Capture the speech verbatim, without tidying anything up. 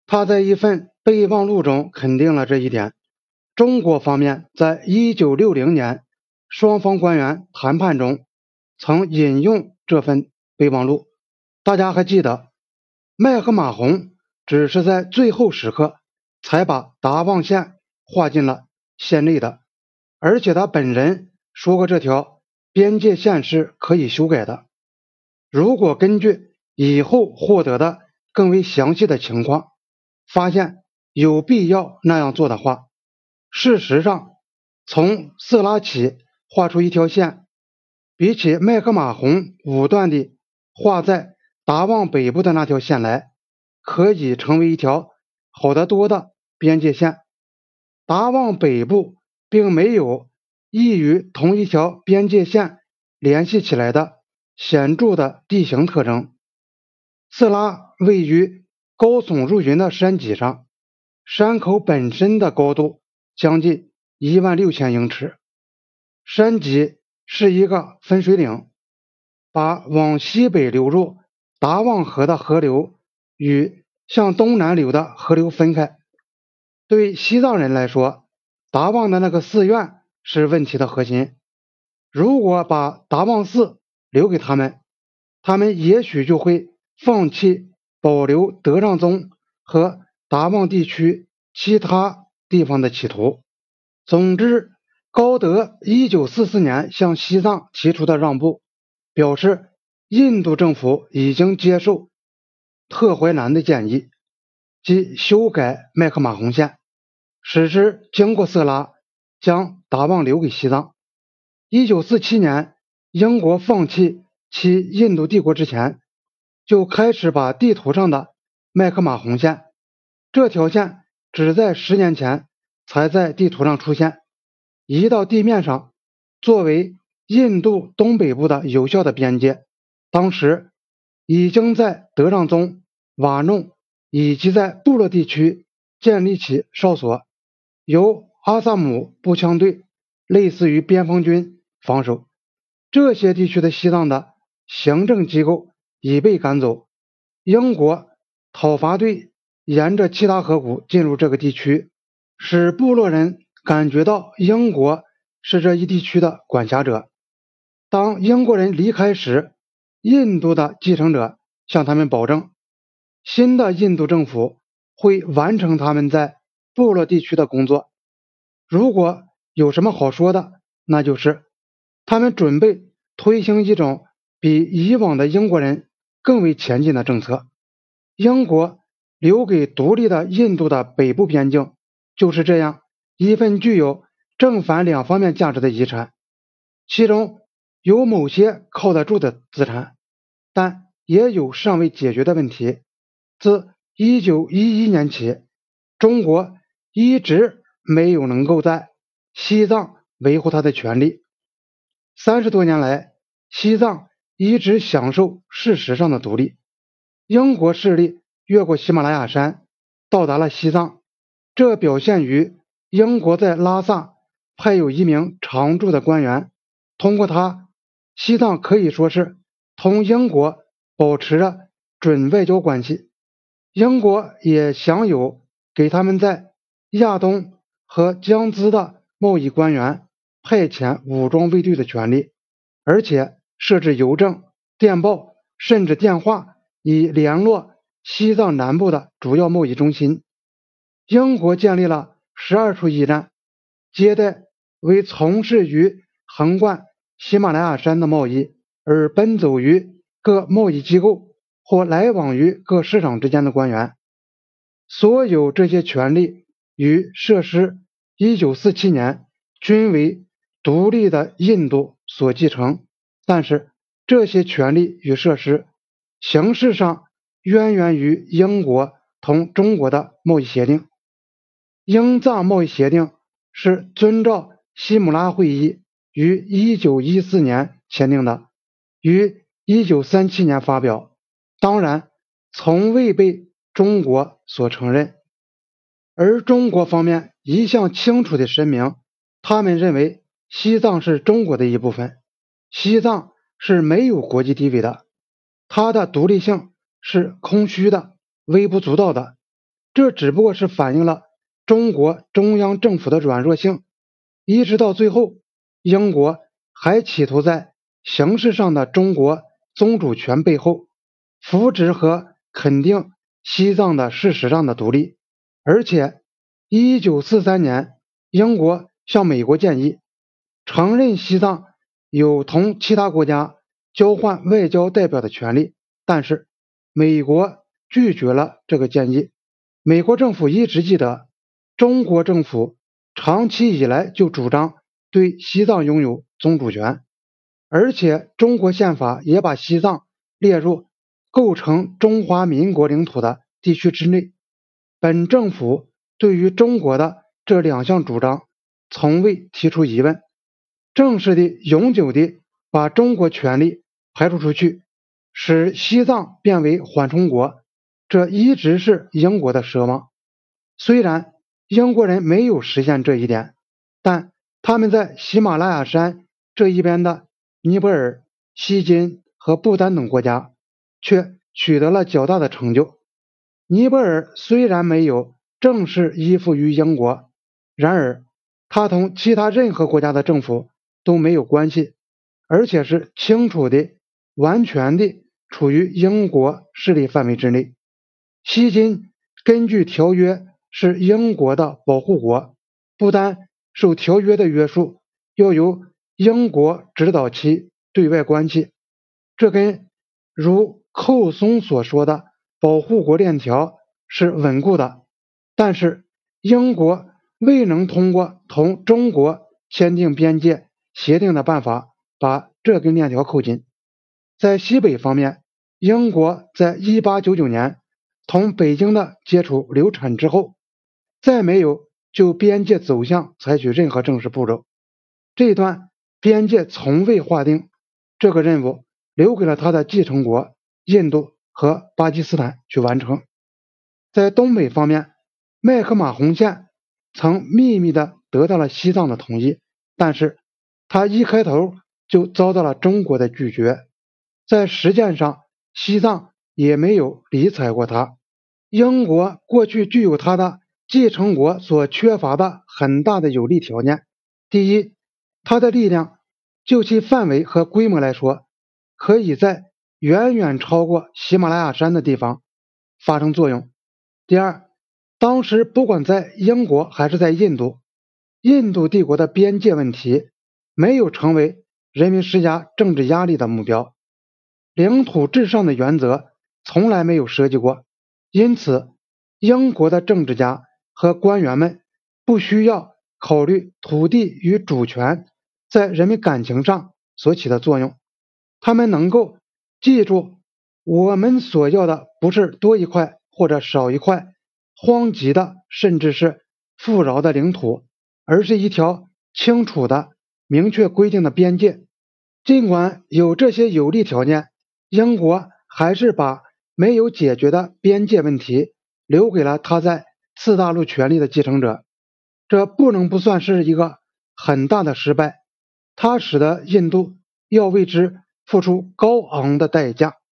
他在一份备忘录中肯定了这一点。中国方面在一九六零年双方官员谈判中曾引用这份备忘录。大家还记得，麦克马洪只是在最后时刻才把达旺线划进了线内的，而且他本人说过这条边界线是可以修改的。如果根据以后获得的更为详细的情况，发现有必要那样做的话，事实上从色拉起画出一条线，比起麦克马洪武断地画在达旺北部的那条线来，可以成为一条好得多的边界线。达旺北部并没有异于同一条边界线联系起来的显著的地形特征。色拉位于高耸入云的山脊上，山口本身的高度将近一万六千英尺，山脊是一个分水岭，把往西北流入达旺河的河流与向东南流的河流分开。对西藏人来说，达旺的那个寺院是问题的核心。如果把达旺寺留给他们，他们也许就会放弃保留德让宗和达旺地区其他地方的企图。总之，高德一九四四年向西藏提出的让步，表示印度政府已经接受特怀南的建议，即修改麦克马洪线，使之经过色拉将达旺留给西藏。一九四七年，英国放弃其印度帝国之前，就开始把地图上的麦克马洪线，这条线只在十年前才在地图上出现，移到地面上，作为印度东北部的有效的边界。当时已经在德让宗、瓦弄以及在部落地区建立起哨所，由阿萨姆步枪队类似于边防军防守。这些地区的西藏的行政机构已被赶走，英国讨伐队沿着七达河谷进入这个地区，使部落人感觉到英国是这一地区的管辖者。当英国人离开时，印度的继承者向他们保证，新的印度政府会完成他们在部落地区的工作。如果有什么好说的，那就是他们准备推行一种比以往的英国人更为前进的政策。英国留给独立的印度的北部边境就是这样一份具有正反两方面价值的遗产，其中有某些靠得住的资产，但也有尚未解决的问题。自一九一一年起，中国一直没有能够在西藏维护它的权利。三十多年来，西藏一直享受事实上的独立。英国势力越过喜马拉雅山，到达了西藏，这表现于英国在拉萨派有一名常驻的官员，通过他，西藏可以说是同英国保持着准外交关系。英国也享有给他们在亚东和江孜的贸易官员派遣武装卫队的权利，而且设置邮政、电报甚至电话，以联络西藏南部的主要贸易中心。英国建立了十二处驿站，接待为从事于横贯喜马拉雅山的贸易而奔走于各贸易机构或来往于各市场之间的官员。所有这些权利于设施一九四七年均为独立的印度所继承，但是这些权利与设施形式上渊源于英国同中国的贸易协定。英藏贸易协定是遵照西姆拉会议于一九一四年签订的，于一九三七年发表，当然从未被中国所承认。而中国方面一向清楚地声明，他们认为西藏是中国的一部分，西藏是没有国际地位的，它的独立性是空虚的、微不足道的。 这只不过是反映了中国中央政府的软弱性，一直到最后，英国还企图在形式上的中国宗主权背后扶植和肯定西藏的事实上的独立。而且一九四三年，英国向美国建议承认西藏有同其他国家交换外交代表的权利，但是美国拒绝了这个建议。美国政府一直记得，中国政府长期以来就主张对西藏拥有宗主权，而且中国宪法也把西藏列入构成中华民国领土的地区之内。本政府对于中国的这两项主张从未提出疑问，正式的永久的把中国权力排除出去，使西藏变为缓冲国，这一直是英国的奢望。虽然英国人没有实现这一点，但他们在喜马拉雅山这一边的尼泊尔、锡金和不丹等国家却取得了较大的成就。尼泊尔虽然没有正式依附于英国，然而它同其他任何国家的政府都没有关系，而且是清楚的、完全的处于英国势力范围之内。锡金根据条约是英国的保护国，不单受条约的约束，要由英国指导其对外关系，这跟如寇松所说的保护国链条是稳固的。但是英国未能通过同中国签订边界协定的办法把这根链条扣紧。在西北方面，英国在一八九九年同北京的接触流产之后，再没有就边界走向采取任何正式步骤。这段边界从未划定，这个任务留给了他的继承国印度和巴基斯坦去完成。在东北方面，麦克马洪线曾秘密地得到了西藏的同意，但是他一开头就遭到了中国的拒绝。在实践上，西藏也没有理睬过他。英国过去具有他的继承国所缺乏的很大的有利条件。第一，他的力量就其范围和规模来说，可以在远远超过喜马拉雅山的地方发生作用。第二，当时不管在英国还是在印度，印度帝国的边界问题没有成为人民施加政治压力的目标，领土至上的原则从来没有涉及过，因此英国的政治家和官员们不需要考虑土地与主权在人民感情上所起的作用，他们能够记住，我们所要的不是多一块或者少一块荒瘠的甚至是富饶的领土，而是一条清楚的明确规定的边界。尽管有这些有利条件，英国还是把没有解决的边界问题留给了他在次大陆权力的继承者，这不能不算是一个很大的失败，它使得印度要为之付出高昂的代价。